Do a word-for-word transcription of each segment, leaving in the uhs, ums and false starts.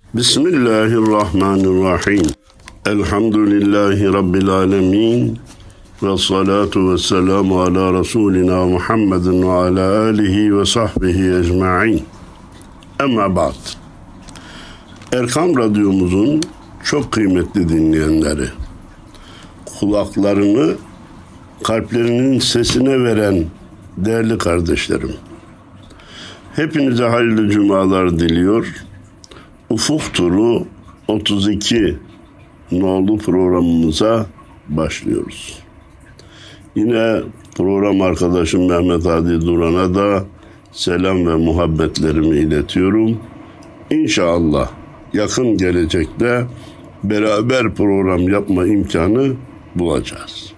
Bismillahirrahmanirrahim. Elhamdülillahi Rabbil alemin. Ve salatu ve selamu ala Resulina Muhammedin ve ala alihi ve sahbihi ecma'in. Ama ba'd. Erkam Radyomuzun çok kıymetli dinleyenleri, kulaklarını kalplerinin sesine veren değerli kardeşlerim, hepinize hayırlı cumalar diliyor. Ufuk Turu otuz iki nolu programımıza başlıyoruz. Yine program arkadaşım Mehmet Hadi Duran'a da selam ve muhabbetlerimi iletiyorum. İnşallah yakın gelecekte beraber program yapma imkanı bulacağız.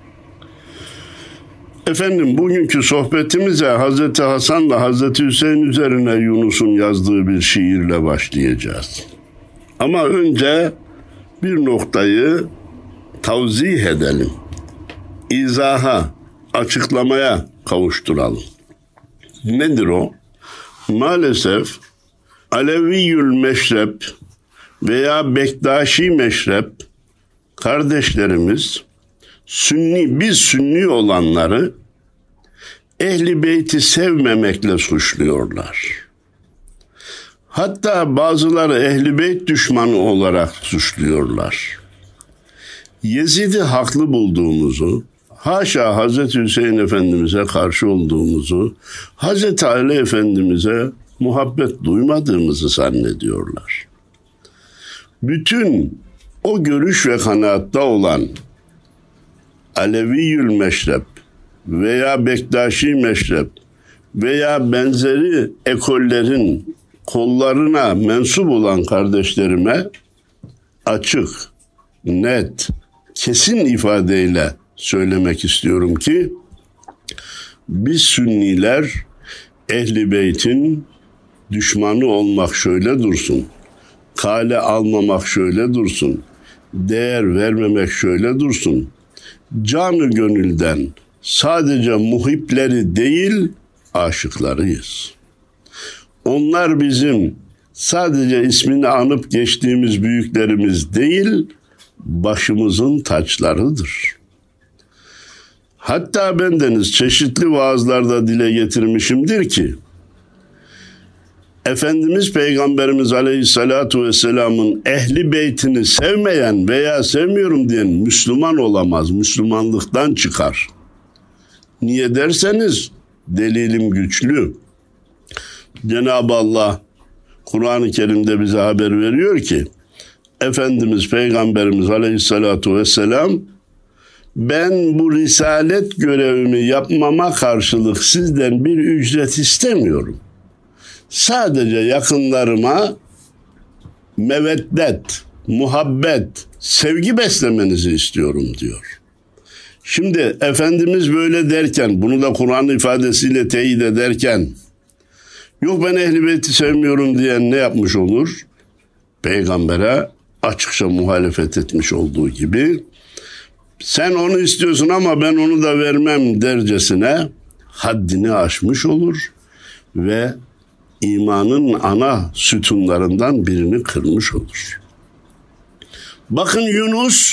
Efendim, bugünkü sohbetimize Hazreti Hasan ve Hazreti Hüseyin üzerine Yunus'un yazdığı bir şiirle başlayacağız. Ama önce bir noktayı tavzih edelim. İzaha, açıklamaya kavuşturalım. Nedir o? Maalesef Aleviyül Meşrep veya Bektaşi Meşrep kardeşlerimiz Sünni, biz Sünni olanları Ehl-i Beyt'i sevmemekle suçluyorlar. Hatta bazıları Ehl-i Beyt düşmanı olarak suçluyorlar. Yezid'i haklı bulduğumuzu, haşa Hazreti Hüseyin Efendimiz'e karşı olduğumuzu, Hazreti Ali Efendimiz'e muhabbet duymadığımızı zannediyorlar. Bütün o görüş ve kanaatta olan Aleviyül Meşrep veya Bektaşi Meşrep veya benzeri ekollerin kollarına mensup olan kardeşlerime açık, net, kesin ifadeyle söylemek istiyorum ki biz Sünniler Ehl-i Beyt'in düşmanı olmak şöyle dursun, kale almamak şöyle dursun, değer vermemek şöyle dursun, canı gönülden sadece muhipleri değil, aşıklarıyız. Onlar bizim sadece ismini anıp geçtiğimiz büyüklerimiz değil, başımızın taçlarıdır. Hatta bendeniz çeşitli vaazlarda dile getirmişimdir ki, Efendimiz Peygamberimiz Aleyhisselatu Vesselam'ın Ehli Beytini sevmeyen veya sevmiyorum diyen Müslüman olamaz, Müslümanlıktan çıkar. Niye derseniz delilim güçlü. Cenab-ı Allah Kur'an-ı Kerim'de bize haber veriyor ki, Efendimiz Peygamberimiz Aleyhisselatu Vesselam, ben bu risalet görevimi yapmama karşılık sizden bir ücret istemiyorum. Sadece yakınlarıma meveddet, muhabbet, sevgi beslemenizi istiyorum diyor. Şimdi Efendimiz böyle derken, bunu da Kur'an ifadesiyle teyit ederken, yok ben Ehl-i Beyt'i sevmiyorum diyen ne yapmış olur? Peygambere açıkça muhalefet etmiş olduğu gibi, sen onu istiyorsun ama ben onu da vermem dercesine haddini aşmış olur ve imanın ana sütunlarından birini kırmış olur. Bakın Yunus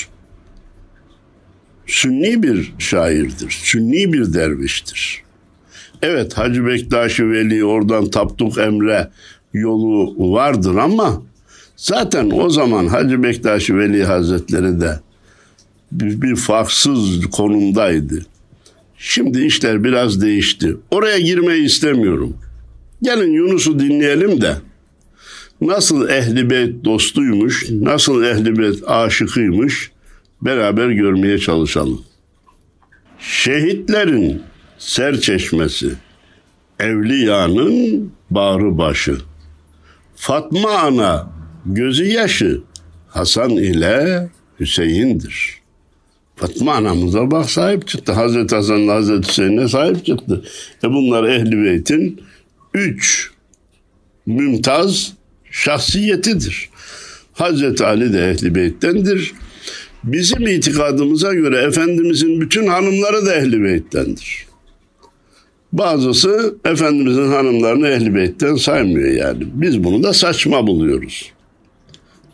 Sünni bir şairdir, Sünni bir derviştir. Evet, Hacı Bektaşi Veli, oradan Tapduk Emre yolu vardır ama zaten o zaman Hacı Bektaşi Veli Hazretleri de bir, bir farksız konumdaydı. Şimdi işler biraz değişti. Oraya girmeyi istemiyorum. Gelin Yunus'u dinleyelim de nasıl Ehl-i Beyt dostuymuş, nasıl Ehl-i Beyt aşıkıymış beraber görmeye çalışalım. Şehitlerin serçeşmesi, evliyanın bağrı başı, Fatma ana gözü yaşı, Hasan ile Hüseyin'dir. Fatma anamıza bak, sahip çıktı. Hazreti Hasan'la Hazreti Hüseyin'e sahip çıktı. E bunlar Ehl-i Beyt'in üç mümtaz şahsiyetidir. Hazreti Ali de Ehl-i Beyt'tendir. Bizim itikadımıza göre Efendimizin bütün hanımları da Ehl-i Beyt'tendir. Bazısı Efendimizin hanımlarını Ehl-i Beyt'ten saymıyor yani. Biz bunu da saçma buluyoruz.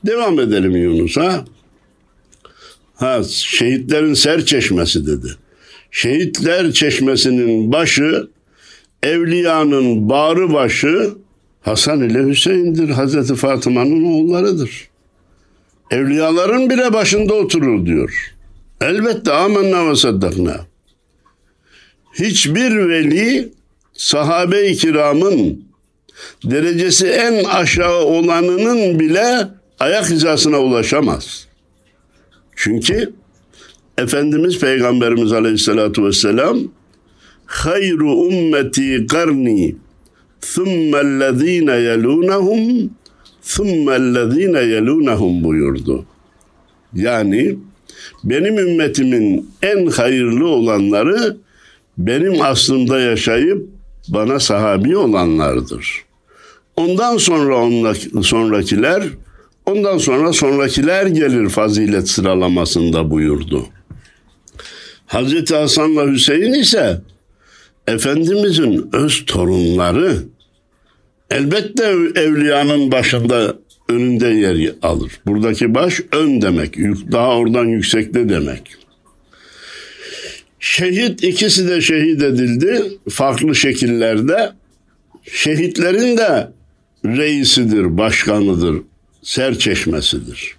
Devam edelim Yunus'a. Ha, şehitlerin ser çeşmesi dedi. Şehitler çeşmesinin başı, evliyanın bağrı başı Hasan ile Hüseyin'dir. Hazreti Fatıma'nın oğullarıdır. Evliyaların bile başında oturur diyor. Elbette amenna ve saddakna. Hiçbir veli sahabe-i kiramın derecesi en aşağı olanının bile ayak hizasına ulaşamaz. Çünkü Efendimiz Peygamberimiz Aleyhisselatü Vesselam hayru ummeti karni thummellezine yelunahum thummellezine yelunahum buyurdu. Yani benim ümmetimin en hayırlı olanları benim aslımda yaşayıp bana sahabi olanlardır. Ondan sonra onla, sonrakiler, ondan sonra sonrakiler gelir fazilet sıralamasında buyurdu. Hazreti Hasan'la Hüseyin ise Efendimizin öz torunları. Elbette evliyanın başında, önünde yer alır. Buradaki baş ön demek, daha oradan yüksekte demek. Şehit, ikisi de şehit edildi farklı şekillerde. Şehitlerin de reisidir, başkanıdır, serçeşmesidir.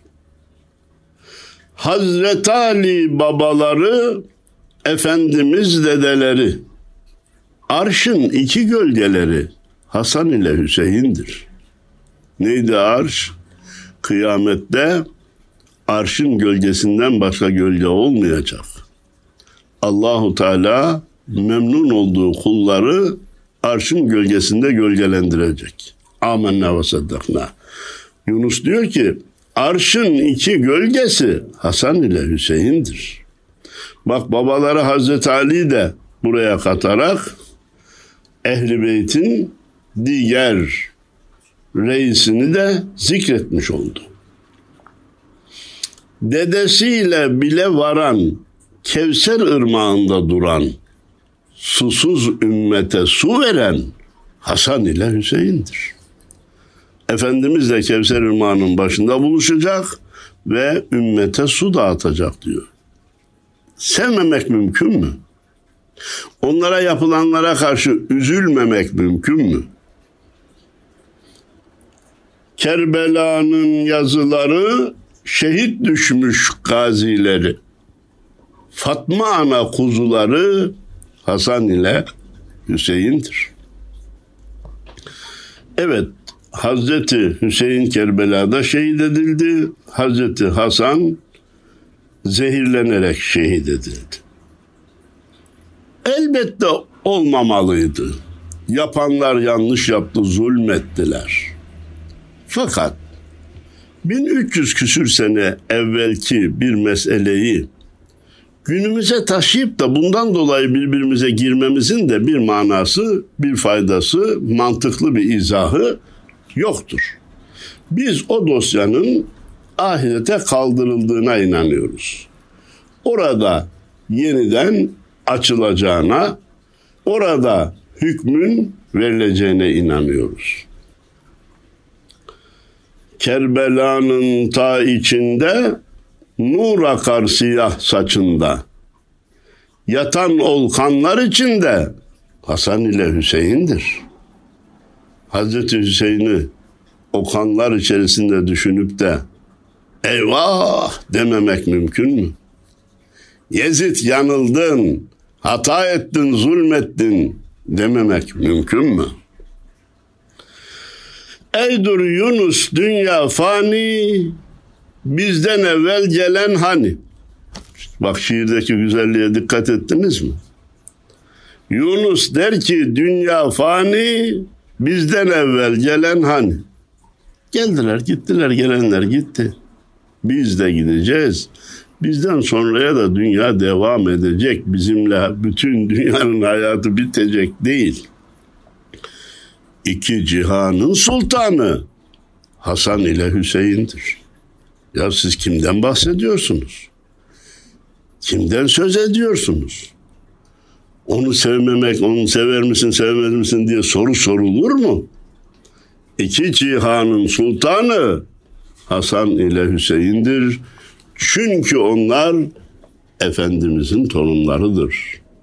Hazreti Ali babaları, Efendimiz dedeleri, arşın iki gölgeleri Hasan ile Hüseyin'dir. Neydi arş? Kıyamette arşın gölgesinden başka gölge olmayacak. Allahu Teala memnun olduğu kulları arşın gölgesinde gölgelendirecek. Amenna ve saddakna. Yunus diyor ki arşın iki gölgesi Hasan ile Hüseyin'dir. Bak babaları Hazreti Ali de buraya katarak Ehl-i Beyt'in diğer reisini de zikretmiş oldu. Dedesiyle bile varan, Kevser ırmağında duran, susuz ümmete su veren Hasan ile Hüseyin'dir. Efendimiz de Kevser ırmağının başında buluşacak ve ümmete su dağıtacak diyor. Sevmemek mümkün mü? Onlara yapılanlara karşı üzülmemek mümkün mü? Kerbela'nın yazıları, şehit düşmüş gazileri, Fatma ana kuzuları Hasan ile Hüseyin'dir. Evet, Hazreti Hüseyin Kerbela'da şehit edildi. Hazreti Hasan zehirlenerek şehit edildi. Elbette olmamalıydı. Yapanlar yanlış yaptı, zulmettiler. Fakat bin üç yüz küsür sene evvelki bir meseleyi günümüze taşıyıp da bundan dolayı birbirimize girmemizin de bir manası, bir faydası, mantıklı bir izahı yoktur. Biz o dosyanın ahirete kaldırıldığına inanıyoruz. Orada yeniden açılacağına, orada hükmün verileceğine inanıyoruz. Kerbela'nın ta içinde nur akar siyah saçında. Yatan ol kanlar içinde Hasan ile Hüseyin'dir. Hazreti Hüseyin'i o kanlar içerisinde düşünüp de eyvah dememek mümkün mü? Yezid yanıldın, hata ettin, zulmettin dememek mümkün mü? Ey dur Yunus dünya fani, bizden evvel gelen hani? Bak şiirdeki güzelliğe dikkat ettiniz mi? Yunus der ki dünya fani, bizden evvel gelen hani? Geldiler gittiler, gelenler gitti. Biz de gideceğiz. Bizden sonraya da dünya devam edecek. Bizimle bütün dünyanın hayatı bitecek değil. İki cihanın sultanı Hasan ile Hüseyin'dir. Ya siz kimden bahsediyorsunuz? Kimden söz ediyorsunuz? Onu sevmemek, onu sever misin, sevmez misin diye soru sorulur mu? İki cihanın sultanı Hasan ile Hüseyin'dir. Çünkü onlar Efendimizin torunlarıdır.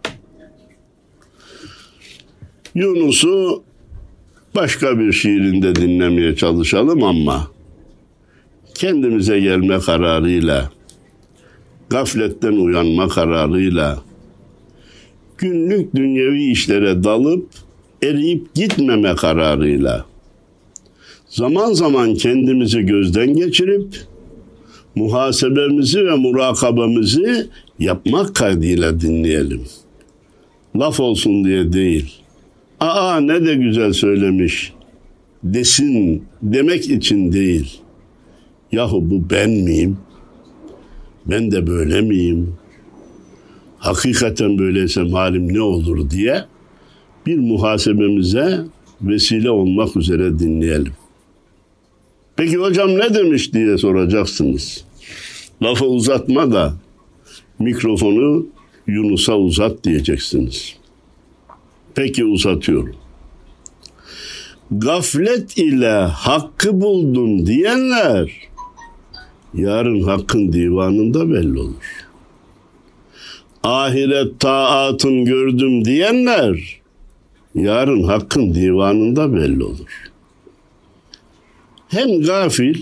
Yunus'u başka bir şiirinde dinlemeye çalışalım ama kendimize gelme kararıyla, gafletten uyanma kararıyla, günlük dünyevi işlere dalıp eriyip gitmeme kararıyla, zaman zaman kendimizi gözden geçirip muhasebemizi ve murakabamızı yapmak kaydıyla dinleyelim. Laf olsun diye değil. Aa ne de güzel söylemiş desin demek için değil. Yahu bu ben miyim? Ben de böyle miyim? Hakikaten böyleyse halim ne olur diye bir muhasebemize vesile olmak üzere dinleyelim. Peki hocam ne demiş diye soracaksınız. Lafı uzatma da mikrofonu Yunus'a uzat diyeceksiniz. Peki uzatıyorum. Gaflet ile hakkı buldum diyenler yarın hakkın divanında belli olur. Ahiret taatın gördüm diyenler yarın hakkın divanında belli olur. Hem gafil,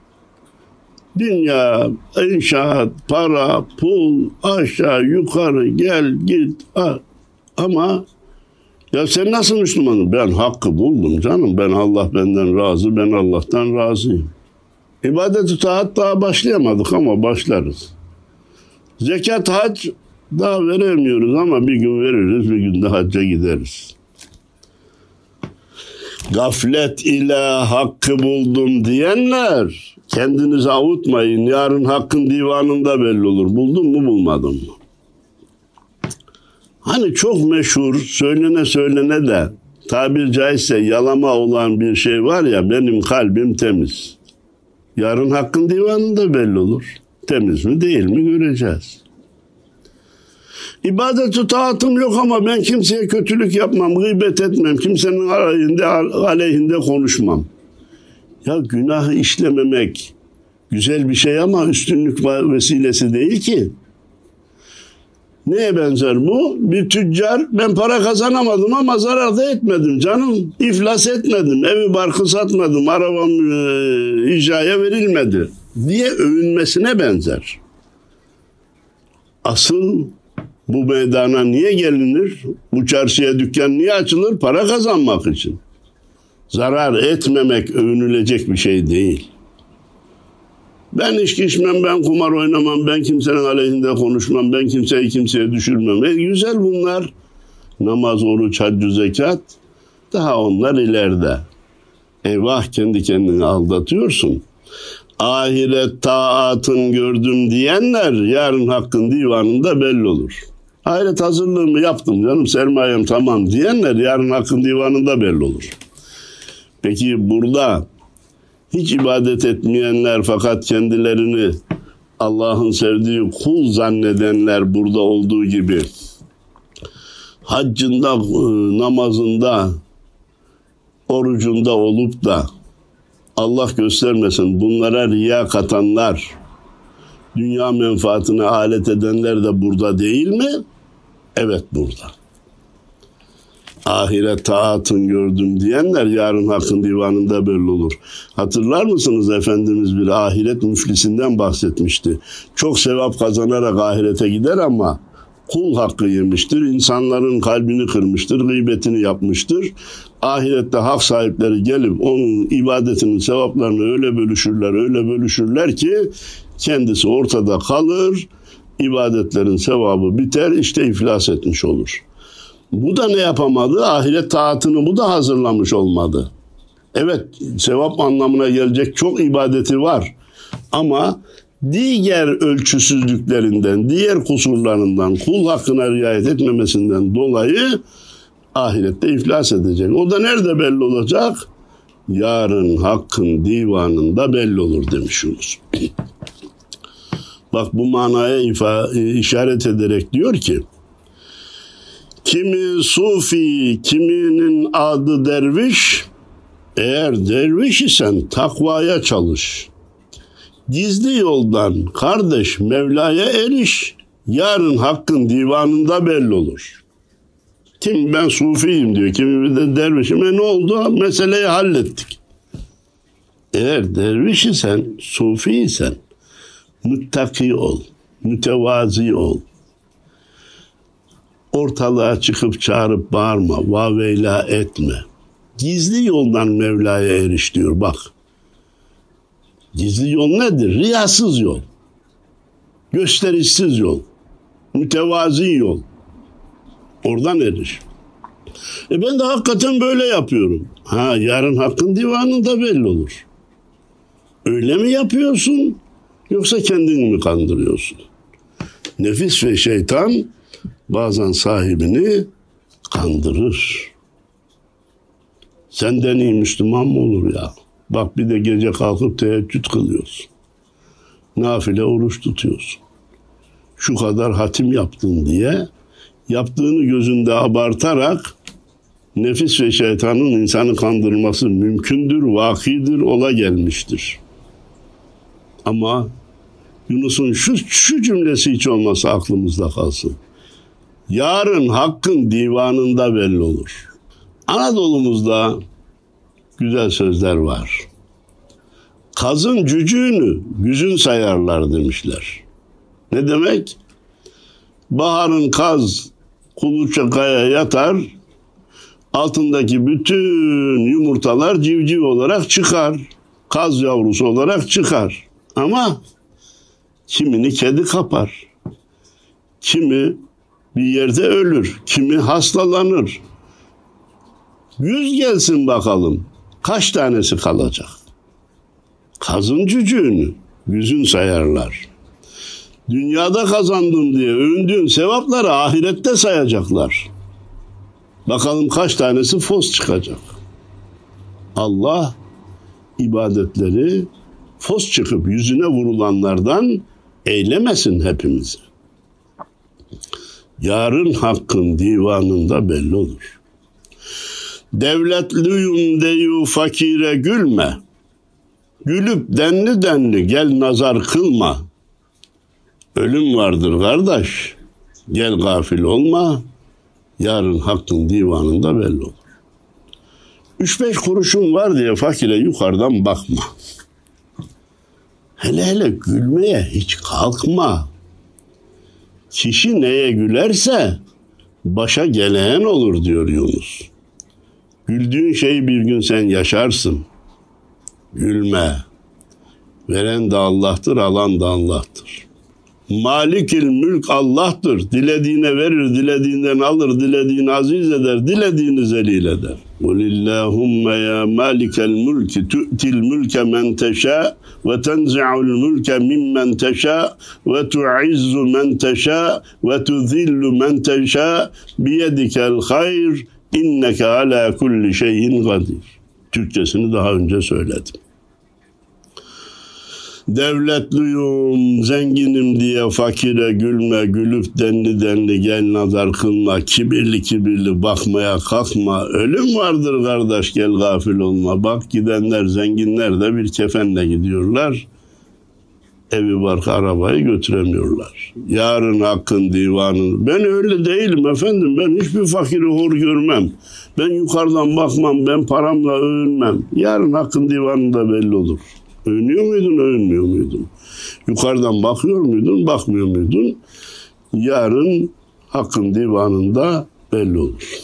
dünya, inşaat, para, pul, aşağı, yukarı, gel, git, al. Ama ya sen nasıl Müslümanın? Ben hakkı buldum canım. Ben Allah benden razı, ben Allah'tan razıyım. İbadet-i taat daha başlayamadık ama başlarız. Zekat, hac daha veremiyoruz ama bir gün veririz, bir gün de hacca gideriz. Gaflet ile hakkı buldum diyenler kendinizi avutmayın. Yarın hakkın divanında belli olur. Buldun mu bulmadın mı? Hani çok meşhur söylene söylene de tabir caizse yalama olan bir şey var ya, benim kalbim temiz. Yarın hakkın divanında belli olur. Temiz mi değil mi göreceğiz. İbadet-i taatım yok ama ben kimseye kötülük yapmam, gıybet etmem, kimsenin aleyhinde, aleyhinde konuşmam. Ya günahı işlememek güzel bir şey ama üstünlük vesilesi değil ki. Neye benzer bu? Bir tüccar, ben para kazanamadım ama zarar da etmedim canım. İflas etmedim, evi barkı satmadım, arabam e, icraya verilmedi diye övünmesine benzer. Asıl bu meydana niye gelinir? Bu çarşıya dükkan niye açılır? Para kazanmak için. Zarar etmemek övünülecek bir şey değil. Ben içki içmem, ben kumar oynamam, ben kimsenin aleyhinde konuşmam, ben kimseyi kimseye düşürmem. E güzel bunlar. Namaz, oruç, hac, zekat. Daha onlar ileride. Eyvah, kendi kendini aldatıyorsun. Ahiret taatın gördüm diyenler yarın hakkın divanında belli olur. Ahiret hazırlığımı yaptım canım, sermayem tamam diyenler yarın hakkın divanında belli olur. Peki burada hiç ibadet etmeyenler fakat kendilerini Allah'ın sevdiği kul zannedenler burada olduğu gibi haccında, namazında, orucunda olup da Allah göstermesin bunlara riya katanlar, dünya menfaatine alet edenler de burada değil mi? Evet burada. Ahiret taatın gördüm diyenler yarın hakkın divanında belli olur. Hatırlar mısınız Efendimiz bir ahiret müflisinden bahsetmişti. Çok sevap kazanarak ahirete gider ama kul hakkı yemiştir. İnsanların kalbini kırmıştır, gıybetini yapmıştır. Ahirette hak sahipleri gelip onun ibadetinin sevaplarını öyle bölüşürler, öyle bölüşürler ki kendisi ortada kalır, ibadetlerin sevabı biter, işte iflas etmiş olur. Bu da ne yapamadı? Ahiret taatını bu da hazırlamış olmadı. Evet, sevap anlamına gelecek çok ibadeti var. Ama diğer ölçüsüzlüklerinden, diğer kusurlarından, kul hakkına riayet etmemesinden dolayı ahirette iflas edecek. O da nerede belli olacak? Yarın hakkın divanında belli olur demiş Yunus. Bak bu manaya ifa- işaret ederek diyor ki, kimi sufi, kiminin adı derviş, eğer derviş isen takvaya çalış. Gizli yoldan kardeş Mevla'ya eriş. Yarın hakkın divanında belli olur. Kim ben sufiyim diyor, kimi de dervişim. E ne oldu? Meseleyi hallettik. Eğer derviş isen, sufi isen muttaki ol, mütevazi ol. Ortalığa çıkıp çağırıp bağırma, vaveyla etme. Gizli yoldan Mevla'ya eriş diyor bak. Gizli yol nedir? Riyasız yol. Gösterişsiz yol. Mütevazi yol. Oradan eriş. E ben de hakikaten böyle yapıyorum. Ha, yarın hakkın divanında belli olur. Öyle mi yapıyorsun? Yoksa kendini mi kandırıyorsun? Nefis ve şeytan bazen sahibini kandırır. Senden iyi Müslüman mı olur ya? Bak bir de gece kalkıp teheccüd kılıyorsun. Nafile oruç tutuyorsun. Şu kadar hatim yaptın diye yaptığını gözünde abartarak nefis ve şeytanın insanı kandırması mümkündür, vakidir, ola gelmiştir. Ama Yunus'un şu, şu cümlesi hiç olmasa aklımızda kalsın. Yarın hakkın divanında belli olur. Anadolu'muzda güzel sözler var. Kazın cücüğünü güzün sayarlar demişler. Ne demek? Baharın kaz kuluçka kaya yatar, altındaki bütün yumurtalar civciv olarak çıkar. Kaz yavrusu olarak çıkar. Ama kimini kedi kapar. Kimi bir yerde ölür. Kimi hastalanır. Yüz gelsin bakalım. Kaç tanesi kalacak? Kazın cücüğünü güzün sayarlar. Dünyada kazandım diye övündüğün sevapları ahirette sayacaklar. Bakalım kaç tanesi fos çıkacak. Allah ibadetleri fos çıkıp yüzüne vurulanlardan eylemesin hepimizi. Yarın hakkın divanında belli olur. Devletliyum deyu fakire gülme. Gülüp denli denli gel nazar kılma. Ölüm vardır kardeş. Gel gafil olma. Yarın hakkın divanında belli olur. Üç beş kuruşun var diye fakire yukarıdan bakma. Hele hele gülmeye hiç kalkma. Kişi neye gülerse başa gelen olur diyor Yunus. Güldüğün şeyi bir gün sen yaşarsın. Gülme. Veren de Allah'tır, alan da Allah'tır. Malikil mülk Allah'tır. Dilediğine verir, dilediğinden alır, dilediğini aziz eder, dilediğini zelil eder. Kulillahümme ya malikel mülki tu'til mülke men teşâ ve tenzi'ul mülke mimmen teşâ ve tu'izzu men teşâ ve tuzillu men teşâ biyedikel hayr inneke ala kulli şeyin kadir. Türkçesini daha önce söyledim. Devletliyum, zenginim diye fakire gülme, gülüp denli denli gel nazar kılma, kibirli kibirli bakmaya kalkma, ölüm vardır kardeş gel gafil olma. Bak gidenler, zenginler de bir kefenle gidiyorlar, evi barkı arabayı götüremiyorlar. Yarın hakkın divanı, ben öyle değilim efendim, ben hiçbir fakiri hor görmem, ben yukarıdan bakmam, ben paramla övünmem. Yarın hakkın divanında belli olur. Övünüyor muydun, övünmüyor muydun? Yukarıdan bakıyor muydun, bakmıyor muydun? Yarın hakkın divanında belli olur.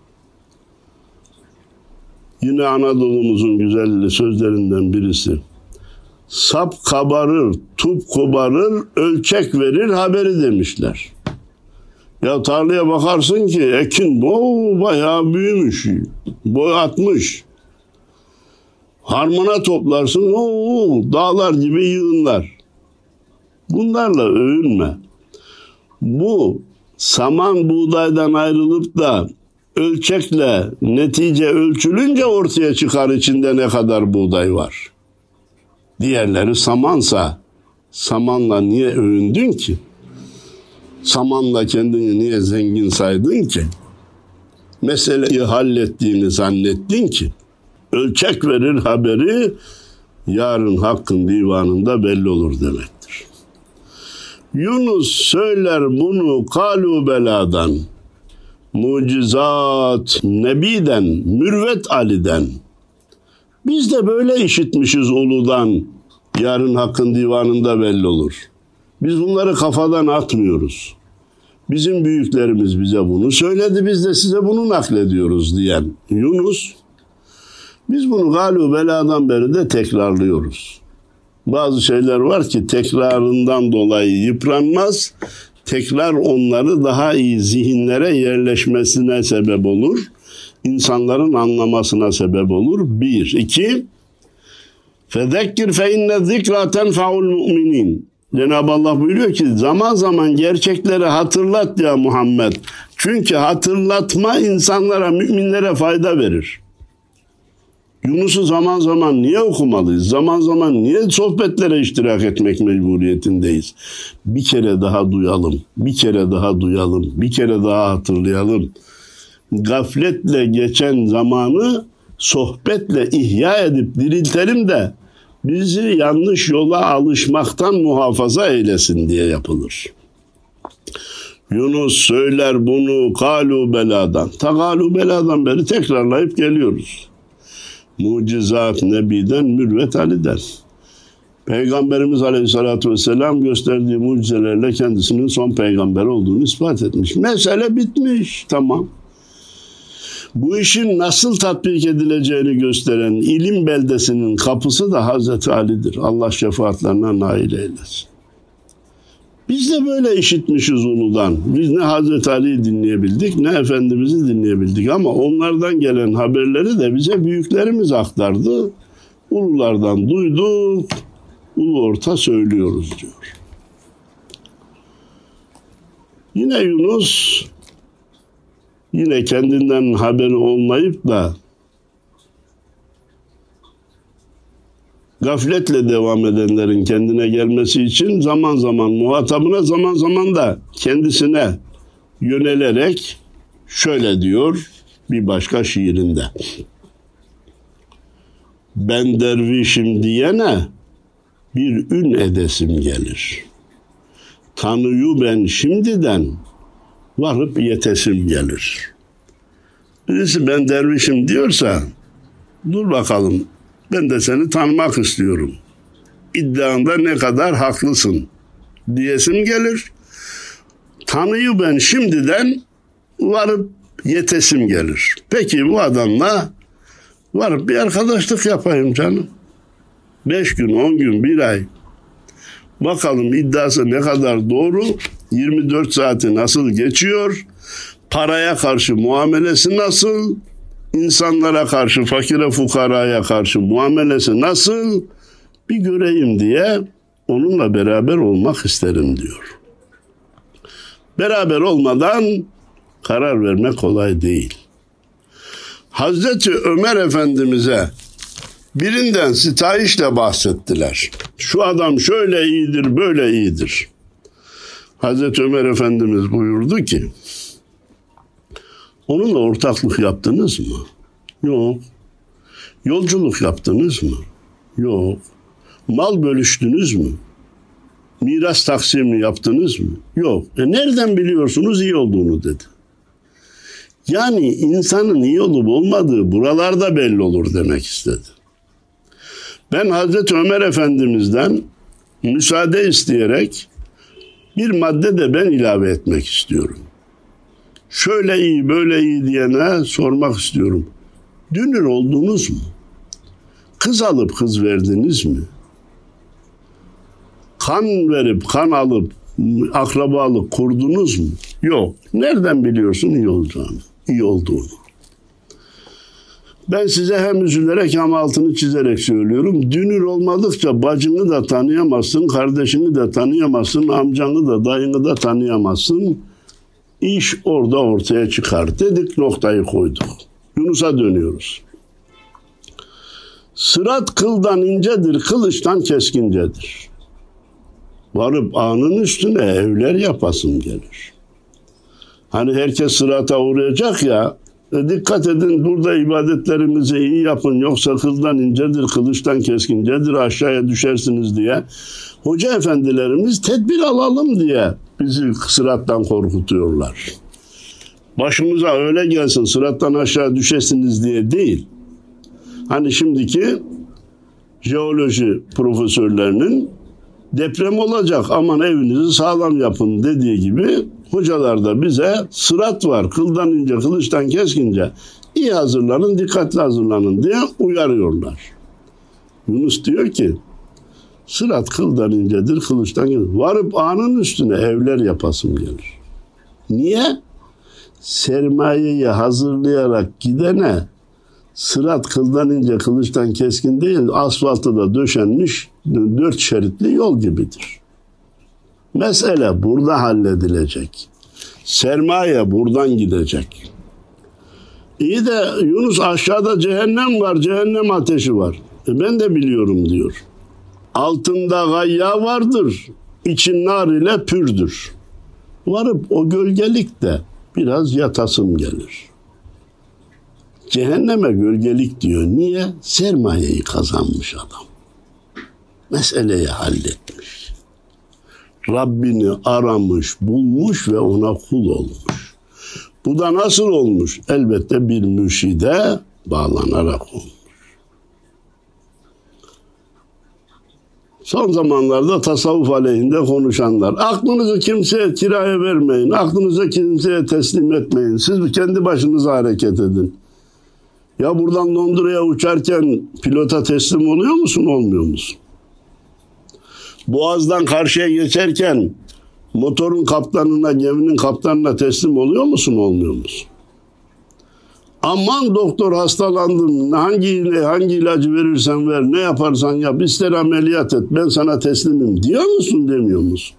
Yine Anadolu'muzun güzel sözlerinden birisi. Sap kabarır, tup kobarır, ölçek verir haberi demişler. Ya tarlaya bakarsın ki ekin o bayağı büyümüş, boy atmış. Harmana toplarsın, ooo, dağlar gibi yığınlar. Bunlarla övünme. Bu saman buğdaydan ayrılıp da ölçekle netice ölçülünce ortaya çıkar içinde ne kadar buğday var. Diğerleri samansa, samanla niye övündün ki? Samanla kendini niye zengin saydın ki? Meseleyi hallettiğini zannettin ki? Ölçek verir haberi, yarın Hakk'ın divanında belli olur demektir. Yunus söyler bunu kalu beladan, mucizat Nebi'den, mürvet Ali'den. Biz de böyle işitmişiz uludan, yarın Hakk'ın divanında belli olur. Biz bunları kafadan atmıyoruz. Bizim büyüklerimiz bize bunu söyledi, biz de size bunu naklediyoruz diyen Yunus, biz bunu galu beladan beri de tekrarlıyoruz. Bazı şeyler var ki tekrarından dolayı yıpranmaz, tekrar onları daha iyi zihinlere yerleşmesine sebep olur, insanların anlamasına sebep olur. Bir. İki, fezekkir fe inne zikra tenfa'ul mu'minin. Cenab-ı Allah buyuruyor ki zaman zaman gerçekleri hatırlat ya Muhammed. Çünkü hatırlatma insanlara, müminlere fayda verir. Yunus'u zaman zaman niye okumalıyız? Zaman zaman niye sohbetlere iştirak etmek mecburiyetindeyiz? Bir kere daha duyalım, bir kere daha duyalım, bir kere daha hatırlayalım. Gafletle geçen zamanı sohbetle ihya edip diriltelim de bizi yanlış yola alışmaktan muhafaza eylesin diye yapılır. Yunus söyler bunu kalu beladan. Ta kalu beladan beri tekrarlayıp geliyoruz. Mucizat Nebi'den, mürvet Ali'den. Peygamberimiz Aleyhisselatü Vesselam gösterdiği mucizelerle kendisinin son peygamber olduğunu ispat etmiş. Mesele bitmiş, tamam. Bu işin nasıl tatbik edileceğini gösteren ilim beldesinin kapısı da Hazreti Ali'dir. Allah şefaatlerine nail eylesin. Biz de böyle işitmişiz uludan. Biz ne Hazreti Ali'yi dinleyebildik, ne Efendimiz'i dinleyebildik. Ama onlardan gelen haberleri de bize büyüklerimiz aktardı. Ululardan duyduk, ulu orta söylüyoruz diyor. Yine Yunus, yine kendinden haberi olmayıp da gafletle devam edenlerin kendine gelmesi için zaman zaman muhatabına, zaman zaman da kendisine yönelerek şöyle diyor bir başka şiirinde. Ben dervişim diyene bir ün edesim gelir. Tanıyı ben şimdiden varıp yetesim gelir. Birisi ben dervişim diyorsa dur bakalım, ben de seni tanımak istiyorum. İddianda ne kadar haklısın diyesim gelir. Tanıyı ben şimdiden varıp yetesim gelir. Peki bu adamla varıp bir arkadaşlık yapayım canım. Beş gün, on gün, bir ay. Bakalım iddiası ne kadar doğru, yirmi dört saati nasıl geçiyor, paraya karşı muamelesi nasıl, insanlara karşı, fakire fukaraya karşı muamelesi nasıl bir göreyim diye onunla beraber olmak isterim diyor. Beraber olmadan karar vermek kolay değil. Hazreti Ömer Efendimiz'e birinden sitayişle bahsettiler. Şu adam şöyle iyidir, böyle iyidir. Hazreti Ömer Efendimiz buyurdu ki, onunla ortaklık yaptınız mı? Yok. Yolculuk yaptınız mı? Yok. Mal bölüştünüz mü? Miras taksimi yaptınız mı? Yok. E nereden biliyorsunuz iyi olduğunu dedi. Yani insanın iyi olup olmadığı buralarda belli olur demek istedi. Ben Hazreti Ömer Efendimiz'den müsaade isteyerek bir madde de ben ilave etmek istiyorum. Şöyle iyi, böyle iyi diyene sormak istiyorum. Dünür oldunuz mu? Kız alıp kız verdiniz mi? Kan verip kan alıp akrabalık kurdunuz mu? Yok. Nereden biliyorsun iyi olacağını, iyi olduğunu? Ben size hem üzülerek hem altını çizerek söylüyorum. Dünür olmadıkça bacını da tanıyamazsın, kardeşini de tanıyamazsın, amcanı da dayını da tanıyamazsın. İş orada ortaya çıkar dedik, noktayı koyduk. Yunus'a dönüyoruz. Sırat kıldan incedir, kılıçtan keskincedir. Varıp ağının üstüne evler yapasım gelir. Hani herkes sırata uğrayacak ya, E dikkat edin, burada ibadetlerimizi iyi yapın, yoksa kıldan incedir, kılıçtan keskincedir, aşağıya düşersiniz diye hoca efendilerimiz tedbir alalım diye bizi sırattan korkutuyorlar. Başımıza öyle gelsin, sırattan aşağı düşesiniz diye değil. Hani şimdiki jeoloji profesörlerinin deprem olacak, aman evinizi sağlam yapın dediği gibi hocalar da bize sırat var, kıldan ince, kılıçtan keskince, iyi hazırlanın, dikkatli hazırlanın diye uyarıyorlar. Yunus diyor ki, sırat kıldan incedir, kılıçtan incedir. Varıp anın üstüne evler yapasım gelir. Niye? Sermayeyi hazırlayarak gidene sırat kıldan ince, kılıçtan keskin değil, asfalta da döşenmiş dört şeritli yol gibidir. Mesele burada halledilecek. Sermaye buradan gidecek. İyi de Yunus, aşağıda cehennem var, cehennem ateşi var. E ben de biliyorum diyor. Altında gayya vardır, için nar ile pürdür. Varıp o gölgelikte biraz yatasım gelir. Cehenneme gölgelik diyor. Niye? Sermayeyi kazanmış adam. Meseleyi halletmiş. Rabbini aramış, bulmuş ve ona kul olmuş. Bu da nasıl olmuş? Elbette bir mürşide bağlanarak olmuş. Son zamanlarda tasavvuf aleyhinde konuşanlar, aklınızı kimseye kiraya vermeyin, aklınızı kimseye teslim etmeyin, siz kendi başınıza hareket edin. Ya buradan Londra'ya uçarken pilota teslim oluyor musun, olmuyor musun? Boğaz'dan karşıya geçerken motorun kaptanına, geminin kaptanına teslim oluyor musun, olmuyor musun? Aman doktor, hastalandım, hangi iğne, hangi ilacı verirsen ver, ne yaparsan yap, ister ameliyat et, ben sana teslimim diyor musun, demiyor musun?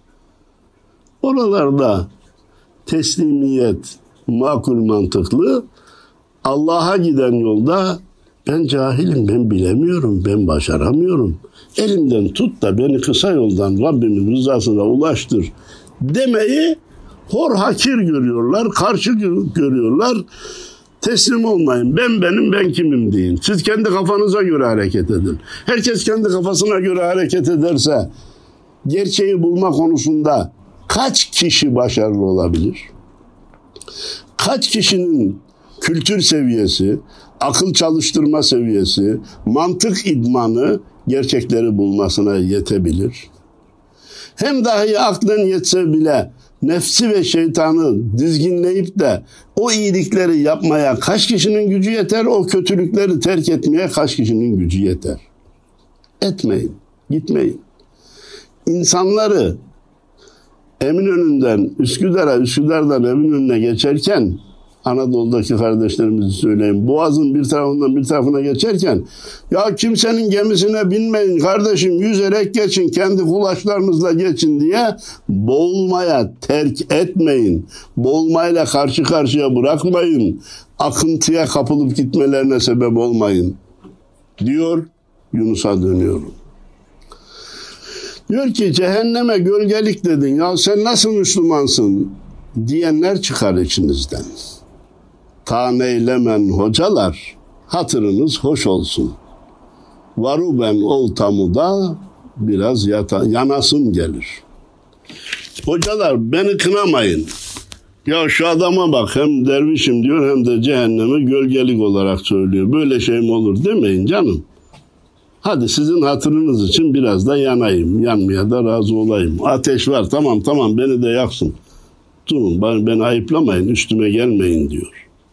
Oralarda teslimiyet makul, mantıklı. Allah'a giden yolda ben cahilim, ben bilemiyorum, ben başaramıyorum, elimden tut da beni kısa yoldan Rabbimin rızasına ulaştır demeyi hor hakir görüyorlar, karşı görüyorlar. Teslim olmayın, ben benim, ben kimim deyin. Siz kendi kafanıza göre hareket edin. Herkes kendi kafasına göre hareket ederse gerçeği bulma konusunda kaç kişi başarılı olabilir? Kaç kişinin kültür seviyesi, akıl çalıştırma seviyesi, mantık idmanı gerçekleri bulmasına yetebilir? Hem dahi aklın yetse bile nefsi ve şeytanı dizginleyip de o iyilikleri yapmaya kaç kişinin gücü yeter? O kötülükleri terk etmeye kaç kişinin gücü yeter? Etmeyin, gitmeyin. İnsanları Eminönü'nden Üsküdar'a, Üsküdar'dan Eminönü'ne geçerken, Anadolu'daki kardeşlerimizi söyleyeyim, Boğaz'ın bir tarafından bir tarafına geçerken, ya kimsenin gemisine binmeyin kardeşim, yüzerek geçin, kendi kulaçlarınızla geçin diye boğulmaya terk etmeyin. Boğulmayla karşı karşıya bırakmayın. Akıntıya kapılıp gitmelerine sebep olmayın diyor. Yunus'a dönüyorum. Diyor ki, cehenneme gölgelik dedin, ya sen nasıl Müslümansın diyenler çıkar içinizden. Taneylemen hocalar, hatırınız hoş olsun. Varu ben oltamı da biraz yata, yanasım gelir. Hocalar, beni kınamayın. Ya şu adama bak, hem dervişim diyor hem de cehennemi gölgelik olarak söylüyor. Böyle şey mi olur demeyin canım. Hadi sizin hatırınız için biraz da yanayım. Yanmaya da razı olayım. Ateş var, tamam tamam, beni de yaksın. Durun, beni, beni ayıplamayın, üstüme gelmeyin diyor.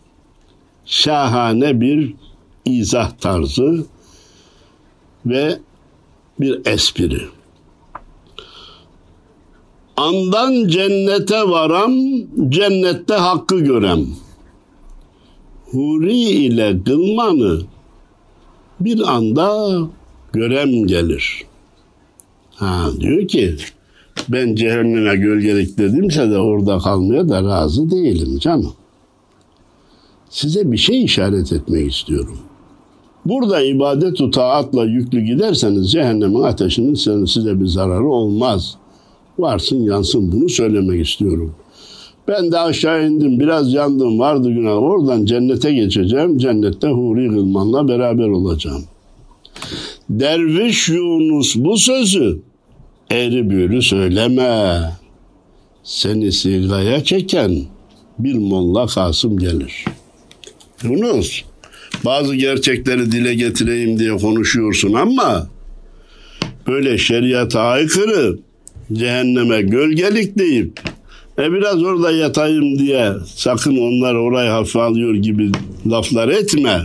Şahane bir izah tarzı ve bir espri. Andan cennete varam, cennette hakkı görem. Huri ile kılmanı bir anda görem gelir. Ha, diyor ki, ben cehenneme gölgelik dedimse de orada kalmaya da razı değilim canım. Size bir şey işaret etmek istiyorum. Burada ibadet-u taatla yüklü giderseniz cehennemin ateşinin size bir zararı olmaz. Varsın yansın, bunu söylemek istiyorum. Ben de aşağı indim, biraz yandım, vardı günah. Oradan cennete geçeceğim. Cennette Huri Gılman'la beraber olacağım. Derviş Yunus bu sözü eğri büğrü söyleme. Seni sigaya çeken bir Molla Kasım gelir. Yunus, bazı gerçekleri dile getireyim diye konuşuyorsun ama böyle şeriata aykırı, cehenneme gölgelik deyip e biraz orada yatayım diye sakın onlar orayı hafife alıyor gibi laflar etme.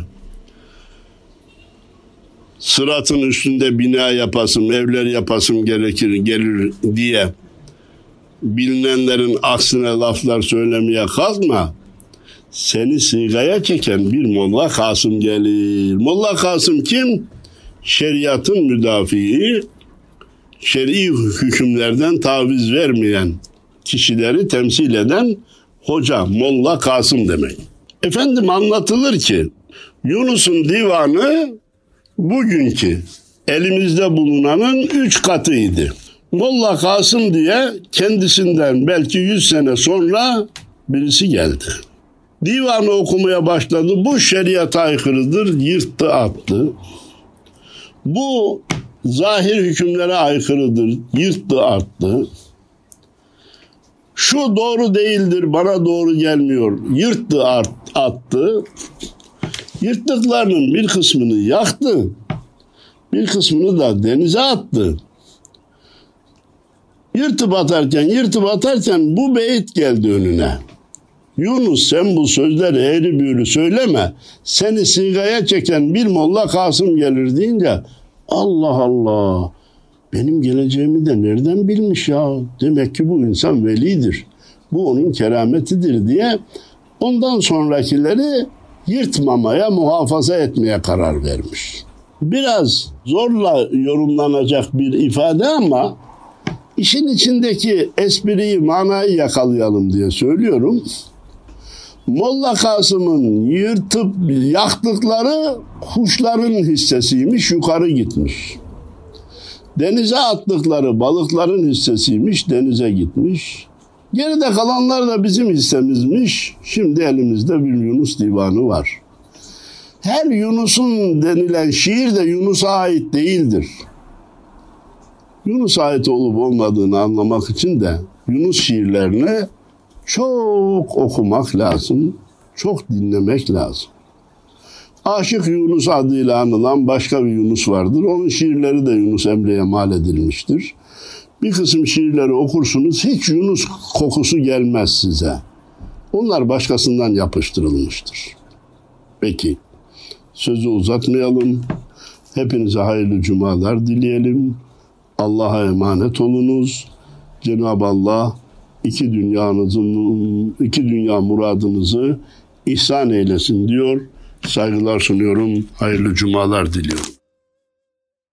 Sıratın üstünde bina yapasım, evler yapasım gerekir, gelir diye bilinenlerin aksine laflar söylemeye kalkma. Seni sigaya çeken bir Molla Kasım gelir. Molla Kasım kim? Şeriatın müdafii, şer'i hükümlerden taviz vermeyen kişileri temsil eden hoca, Molla Kasım demek. Efendim anlatılır ki Yunus'un divanı bugünkü elimizde bulunanın üç katıydı. Molla Kasım diye kendisinden belki yüz sene sonra birisi geldi. Divanı okumaya başladı. Bu şeriata aykırıdır, yırttı attı. Bu zahir hükümlere aykırıdır, yırttı attı. Şu doğru değildir, bana doğru gelmiyor, yırttı attı. Yırttıklarının bir kısmını yaktı, bir kısmını da denize attı. Yırtıp atarken, yırtıp atarken bu beyit geldi önüne. Yunus sen bu sözleri eğri büğrü söyleme. Seni sigaya çeken bir Molla Kasım gelir deyince Allah Allah benim geleceğimi de nereden bilmiş ya? Demek ki bu insan velidir. Bu onun kerametidir diye ondan sonrakileri yırtmamaya, muhafaza etmeye karar vermiş. Biraz zorla yorumlanacak bir ifade ama işin içindeki espriyi, manayı yakalayalım diye söylüyorum. Molla Kasım'ın yırtıp yaktıkları kuşların hissesiymiş, yukarı gitmiş. Denize attıkları balıkların hissesiymiş, denize gitmiş. Geride kalanlar da bizim hissemizmiş. Şimdi elimizde bir Yunus divanı var. Her Yunus'un denilen şiir de Yunus'a ait değildir. Yunus'a ait olup olmadığını anlamak için de Yunus şiirlerini çok okumak lazım, çok dinlemek lazım. Aşık Yunus adıyla anılan başka bir Yunus vardır. Onun şiirleri de Yunus Emre'ye mal edilmiştir. Bir kısım şiirleri okursunuz, hiç Yunus kokusu gelmez size. Onlar başkasından yapıştırılmıştır. Peki, sözü uzatmayalım. Hepinize hayırlı cumalar dileyelim. Allah'a emanet olunuz. Cenab-ı Allah iki dünyanızın, iki dünya muradınızı ihsan eylesin diyor. Saygılar sunuyorum. Hayırlı cumalar diliyorum.